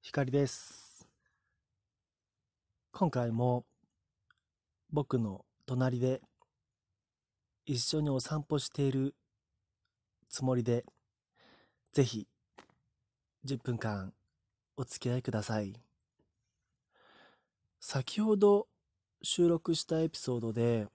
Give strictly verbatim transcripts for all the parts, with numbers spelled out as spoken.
光です。今回も僕の隣で一緒にお散歩しているつもりで、ぜひじゅっぷんかんお付き合いください。先ほど収録したエピソードで、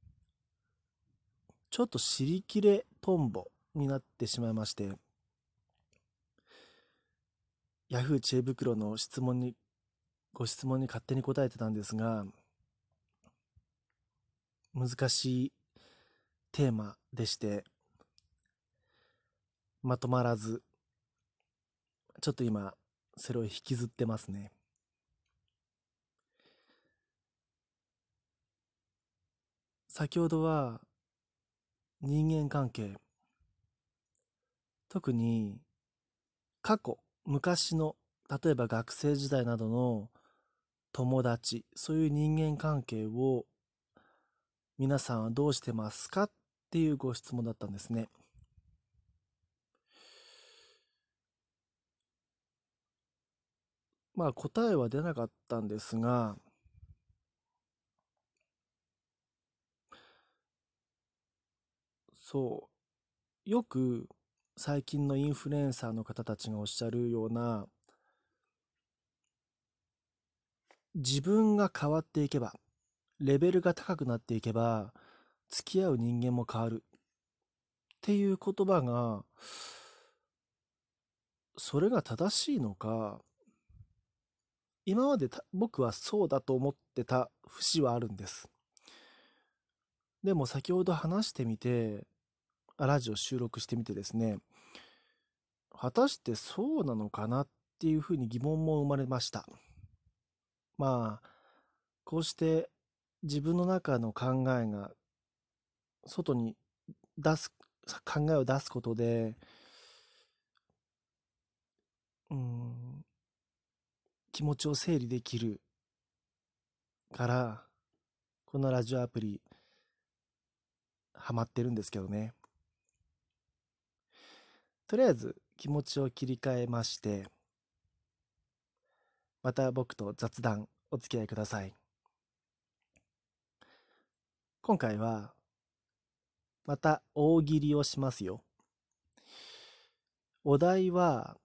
ちょっと尻切れトンボになってしまいまして、ヤフー知恵袋の質問に、ご質問に勝手に答えてたんですが、難しいテーマでして、まとまらず、ちょっと今、それを引きずってますね。先ほどは人間関係、特に過去、昔の、例えば学生時代などの友達、そういう人間関係を皆さんはどうしてますかっていうご質問だったんですね。まあ答えは出なかったんですが、そう、よく最近のインフルエンサーの方たちがおっしゃるような、自分が変わっていけば、レベルが高くなっていけば、付き合う人間も変わるっていう言葉が、それが正しいのか、今までた僕はそうだと思ってた節はあるんです。でも先ほど話してみて、ラジオ収録してみてですね、果たしてそうなのかなっていうふうに疑問も生まれました。まあ、こうして自分の中の考えが外に出す、考えを出すことで、うーん、気持ちを整理できるから、このラジオアプリハマってるんですけどね。とりあえず気持ちを切り替えまして、また僕と雑談お付き合いください。今回はまた大喜利をしますよ。お題は、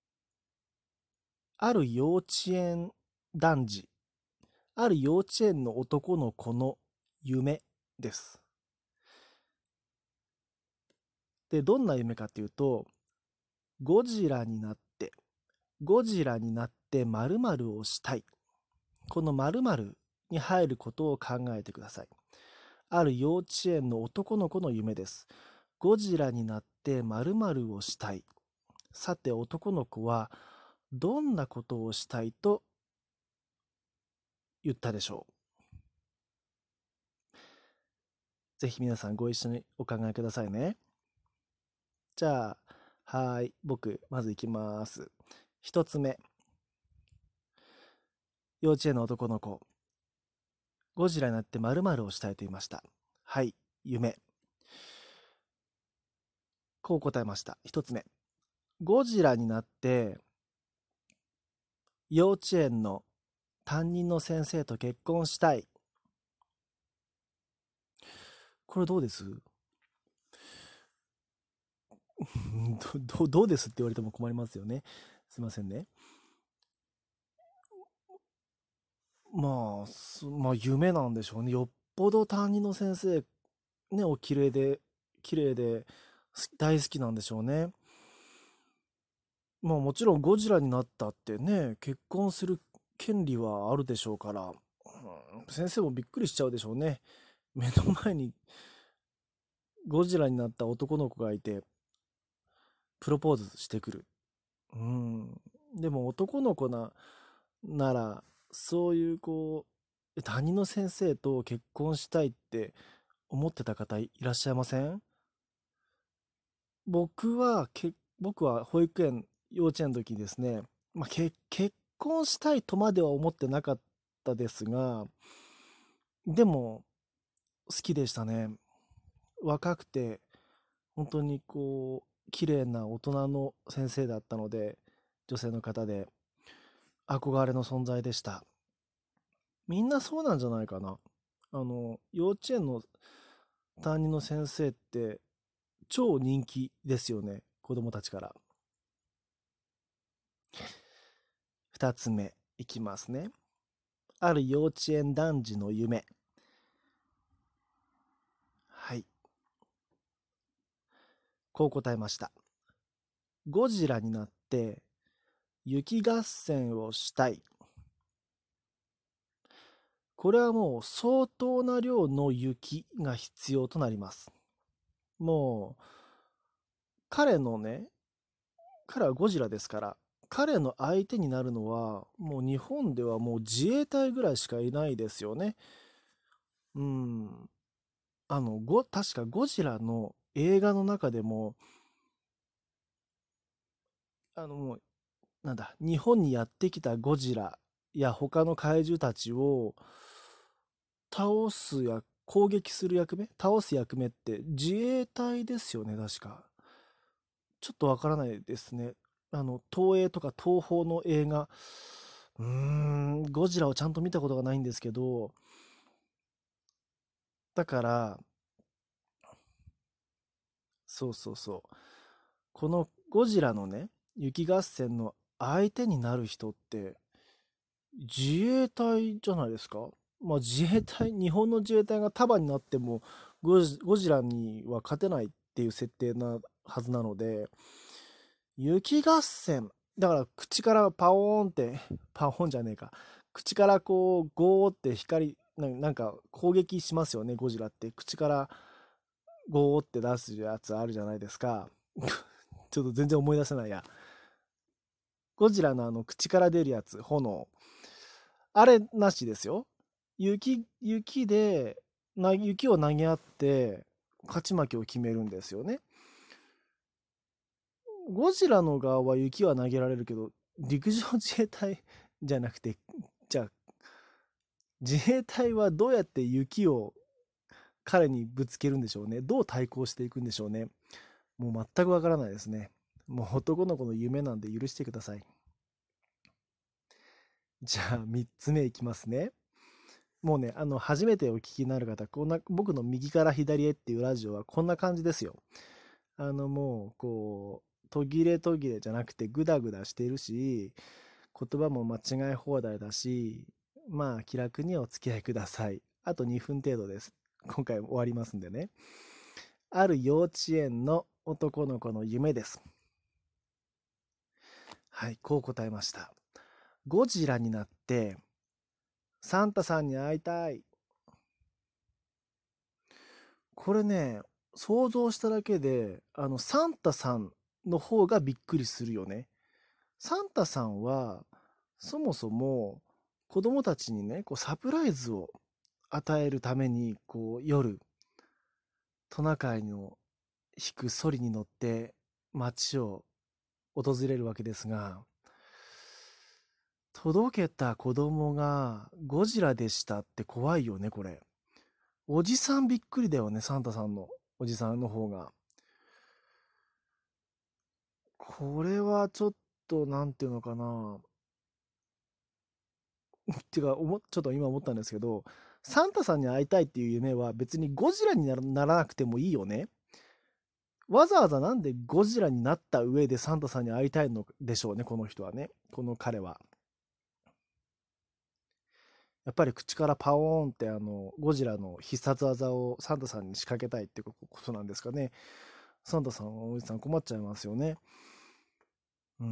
ある幼稚園男児、ある幼稚園の男の子の夢です。で、どんな夢かっていうと、ゴジラになって、ゴジラになって〇〇をしたい。この〇〇に入ることを考えてください。ある幼稚園の男の子の夢です。ゴジラになって〇〇をしたい。さて男の子はどんなことをしたいと言ったでしょう。ぜひ皆さんご一緒にお考えくださいね。じゃあ、はーい、僕、まずいきます。一つ目、幼稚園の男の子、ゴジラになって〇〇をしたいと言いました。はい、夢。こう答えました。一つ目、ゴジラになって幼稚園の担任の先生と結婚したい。これどうですどどどうですって言われても困りますよね。すいませんね。まあ、すまあ、夢なんでしょうね。よっぽど担任の先生、ね、お綺麗で、綺麗で、す大好きなんでしょうね。まあもちろんゴジラになったってね、結婚する権利はあるでしょうから、うん、先生もびっくりしちゃうでしょうね。目の前にゴジラになった男の子がいて、プロポーズしてくる。うん。でも男の子な、なら、そういうこう、担任の先生と結婚したいって思ってた方いらっしゃいません？僕はけ、僕は保育園、幼稚園の時にですね、まあ、け、結婚したいとまでは思ってなかったですが、でも好きでしたね。若くて、本当にこう、綺麗な大人の先生だったので、女性の方で。 憧れの存在でした。みんなそうなんじゃないかな。あの、幼稚園の担任の先生って超人気ですよね。子供たちから。二つ目いきますね。ある幼稚園男児の夢。はい。こう答えました。ゴジラになって雪合戦をしたい。これはもう相当な量の雪が必要となります。もう彼のね、彼はゴジラですから、彼の相手になるのはもう日本ではもう自衛隊ぐらいしかいないですよね。うん。あの、ご、確かゴジラの映画の中でも、あのもう、なんだ、日本にやってきたゴジラや他の怪獣たちを倒すや、攻撃する役目倒す役目って自衛隊ですよね、確か。ちょっとわからないですね。あの、東映とか東宝の映画、うーん、ゴジラをちゃんと見たことがないんですけど、だから、そうそうそう。このゴジラのね、雪合戦の相手になる人って、自衛隊じゃないですか。まあ自衛隊、日本の自衛隊が束になってもゴジ、ゴジラには勝てないっていう設定なはずなので、雪合戦。だから口からパオーンって、パオーンじゃねえか。口からこう、ゴーって光、ななんか攻撃しますよね、ゴジラって。口からゴーって出すやつあるじゃないですか。ちょっと全然思い出せないや。ゴジラのあの口から出るやつ、炎。あれなしですよ。雪、雪で、な、雪を投げ合って、勝ち負けを決めるんですよね。ゴジラの側は雪は投げられるけど、陸上自衛隊じゃなくて、じゃあ、自衛隊はどうやって雪を彼にぶつけるんでしょうね。どう対抗していくんでしょうね。もう全くわからないですね。もう男の子の夢なんで許してください。じゃあ、みっつめいきますね。もうね、あの、初めてお聞きになる方、こんな、僕の右から左へっていうラジオはこんな感じですよ。あの、もう、こう、途切れ途切れじゃなくてグダグダしているし、言葉も間違い放題だし、まあ気楽にお付き合いください。あとにふん程度です。今回終わりますんでね。ある幼稚園の男の子の夢です。はい、こう答えました。ゴジラになってサンタさんに会いたい。これね、想像しただけで、あの、サンタさんの方がびっくりするよね。サンタさんは、そもそも子供たちにね、こうサプライズを与えるために、こう夜、トナカイの引くソリに乗って街を訪れるわけですが、届けた子供がゴジラでしたって怖いよね、これ。おじさんびっくりだよね、サンタさんのおじさんの方が。これはちょっと、なんていうのかな。っていうか、おもちょっと今思ったんですけど、サンタさんに会いたいっていう夢は別にゴジラにならならなくてもいいよね。わざわざなんでゴジラになった上でサンタさんに会いたいのでしょうね、この人はね。この彼は。やっぱり口からパオーンってあの、ゴジラの必殺技をサンタさんに仕掛けたいってことなんですかね。サンタさん、おじさん困っちゃいますよね。うん。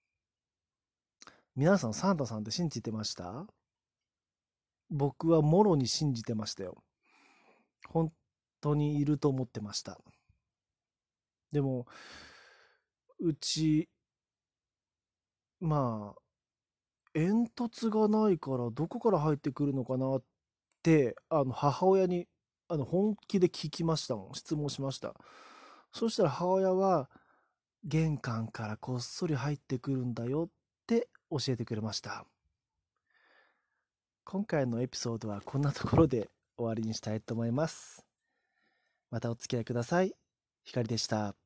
皆さん、サンタさんって信じてました？僕はもろに信じてましたよ。本当にいると思ってました。でも、うち、まあ、煙突がないからどこから入ってくるのかなって、あの、母親に、あの、本気で聞きましたもん。質問しました。そしたら母親は、玄関からこっそり入ってくるんだよって教えてくれました。今回のエピソードはこんなところで終わりにしたいと思います。またお付き合いください。ひかりでした。